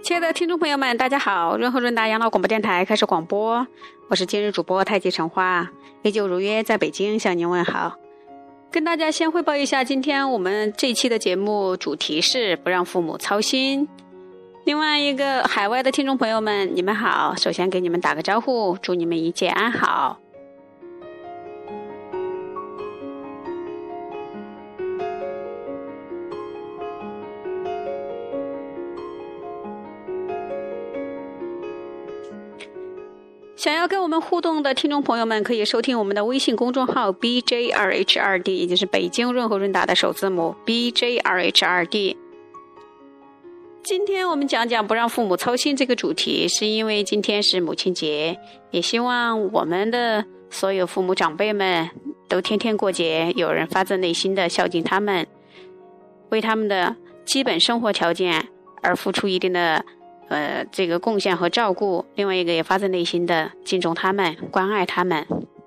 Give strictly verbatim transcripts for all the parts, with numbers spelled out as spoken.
亲爱的听众朋友们，大家好，润和润达养老广播电台开始广播，我是今日主播太极陈花，依旧如约在北京向您问好。跟大家先汇报一下，今天我们这一期的节目主题是不让父母操心。另外一个海外的听众朋友们，你们好，首先给你们打个招呼，祝你们一切安好。想要跟我们互动的听众朋友们，可以收听我们的微信公众号 B J R H 二 D， 也就是北京润和润达的首字母 B J R H 二 D。 今天我们讲讲不让父母操心这个主题，是因为今天是母亲节，也希望我们的所有父母长辈们都天天过节，有人发自内心的孝敬他们，为他们的基本生活条件而付出一定的呃，这个贡献和照顾，另外一个也发自内心的敬重他们，关爱他们。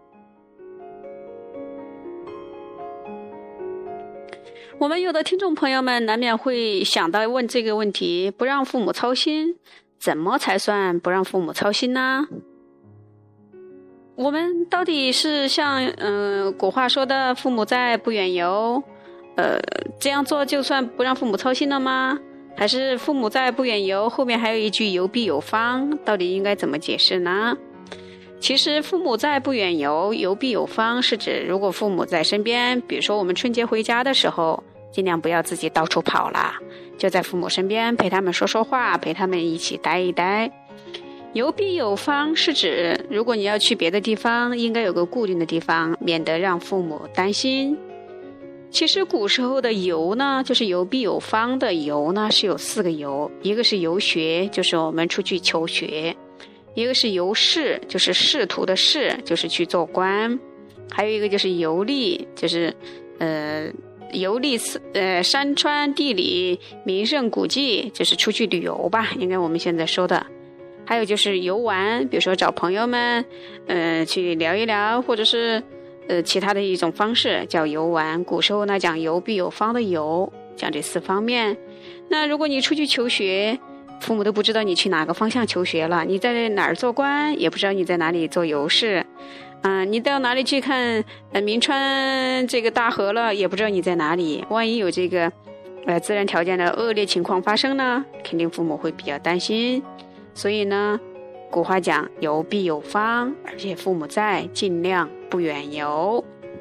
我们有的听众朋友们难免会想到问这个问题，不让父母操心，怎么才算不让父母操心呢？我们到底是像嗯、呃、古话说的父母在不远游，呃，这样做就算不让父母操心了吗？还是父母在不远游后面还有一句游必有方，到底应该怎么解释呢？其实父母在不远游，游必有方是指如果父母在身边，比如说我们春节回家的时候，尽量不要自己到处跑了，就在父母身边陪他们说说话，陪他们一起待一待。游必有方是指如果你要去别的地方，应该有个固定的地方，免得让父母担心。其实古时候的游呢，就是游必有方的游呢，是有四个游，一个是游学，就是我们出去求学；一个是游仕，就是仕途的仕，就是去做官；还有一个就是游历，就是呃游历呃山川地理名胜古迹，就是出去旅游吧，应该我们现在说的。还有就是游玩，比如说找朋友们呃去聊一聊，或者是呃，其他的一种方式叫游玩。古时候呢讲游必有方的游，讲这四方面。那如果你出去求学，父母都不知道你去哪个方向求学了，你在哪儿做官也不知道你在哪里做游士，嗯、呃，你到哪里去看呃明川这个大河了，也不知道你在哪里。万一有这个呃自然条件的恶劣情况发生呢，肯定父母会比较担心。所以呢，古话讲游必有方，而且父母在，尽量不远游。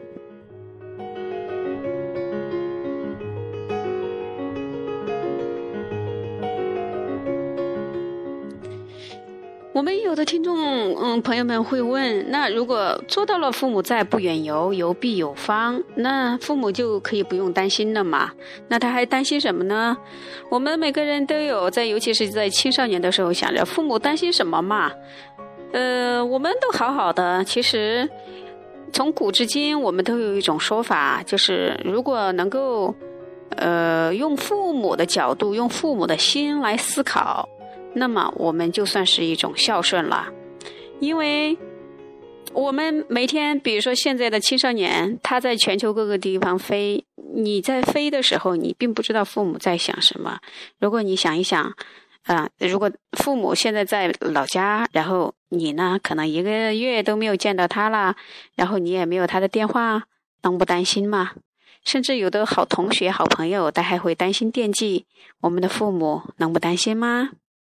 我们有的听众嗯朋友们会问，那如果做到了父母在不远游，游必有方，那父母就可以不用担心了嘛？那他还担心什么呢？我们每个人都有在，尤其是在青少年的时候想着父母担心什么嘛？呃，我们都好好的。其实从古至今我们都有一种说法，就是如果能够呃用父母的角度，用父母的心来思考，那么我们就算是一种孝顺了。因为我们每天比如说现在的青少年，他在全球各个地方飞，你在飞的时候你并不知道父母在想什么。如果你想一想啊、呃，如果父母现在在老家，然后你呢可能一个月都没有见到他了，然后你也没有他的电话，能不担心吗？甚至有的好同学好朋友他还会担心惦记我们的父母，能不担心吗？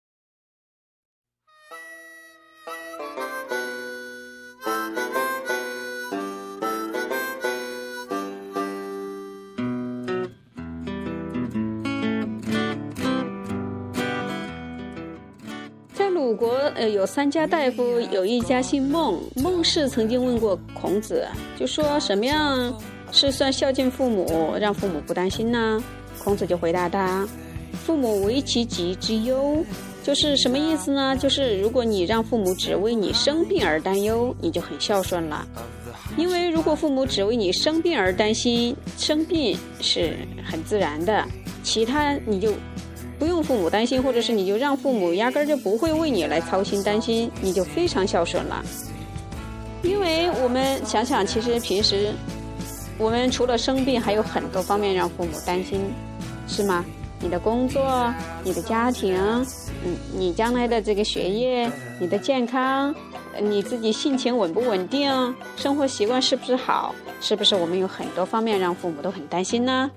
鲁国呃有三家大夫，有一家姓孟，孟氏曾经问过孔子，就说什么样是算孝敬父母，让父母不担心呢？孔子就回答他，父母为其疾之忧，就是什么意思呢？就是如果你让父母只为你生病而担忧，你就很孝顺了。因为如果父母只为你生病而担心，生病是很自然的，其他你就不用父母担心，或者是你就让父母压根儿就不会为你来操心担心，你就非常孝顺了。因为我们想想，其实平时我们除了生病还有很多方面让父母担心，是吗？ 你的工作、你的家庭、嗯，你将来的这个学业、你的健康，你自己性情稳不稳定，生活习惯是不是好，是不是我们有很多方面让父母都很担心呢？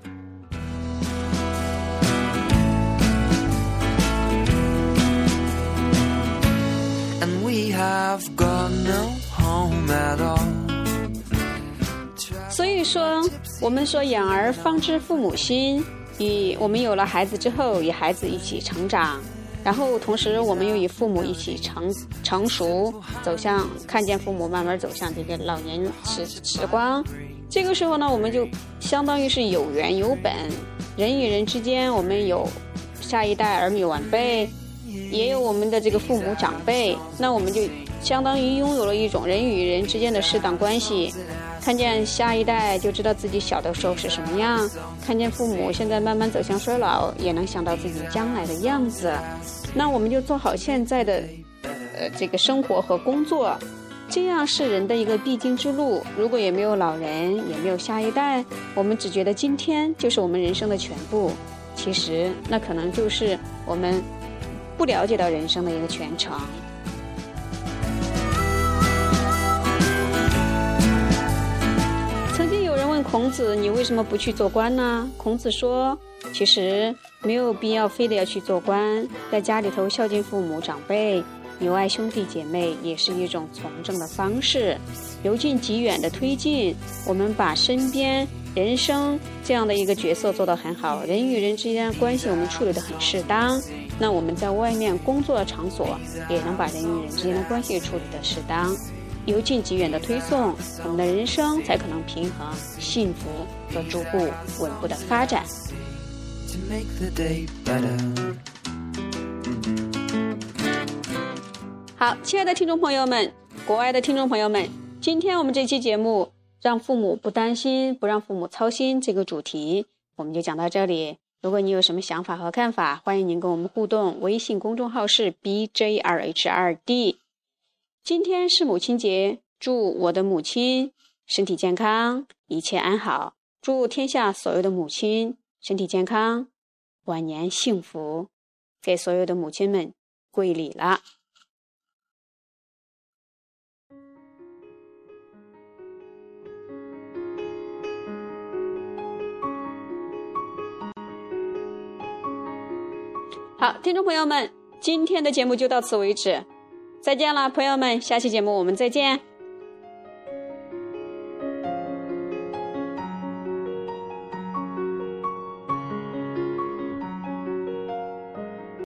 所以说，我们说养儿方知父母心，与我们有了孩子之后，与孩子一起成长，然后同时我们又与父母一起成成熟，走向看见父母慢慢走向这个老年时时光。这个时候呢，我们就相当于是有缘有本，人与人之间，我们有下一代儿女晚辈，也有我们的这个父母长辈，那我们就相当于拥有了一种人与人之间的适当关系。看见下一代就知道自己小的时候是什么样，看见父母现在慢慢走向衰老，也能想到自己将来的样子。那我们就做好现在的呃这个生活和工作，这样是人的一个必经之路。如果也没有老人，也没有下一代，我们只觉得今天就是我们人生的全部，其实那可能就是我们不了解到人生的一个全程。曾经有人问孔子，你为什么不去做官呢？孔子说，其实没有必要非得要去做官，在家里头孝敬父母长辈，友爱兄弟姐妹，也是一种从政的方式。由近及远的推进，我们把身边人生这样的一个角色做得很好，人与人之间的关系我们处理得很适当，那我们在外面工作场所也能把人与人之间的关系处理得适当。由近及远的推送，我们的人生才可能平衡、幸福和逐步稳步的发展。好，亲爱的听众朋友们，国外的听众朋友们，今天我们这期节目让父母不担心，不让父母操心这个主题我们就讲到这里。如果你有什么想法和看法，欢迎您跟我们互动，微信公众号是 B J R H R D。今天是母亲节，祝我的母亲身体健康，一切安好，祝天下所有的母亲身体健康，晚年幸福，给所有的母亲们跪礼了。好，听众朋友们，今天的节目就到此为止，再见了，朋友们，下期节目我们再见。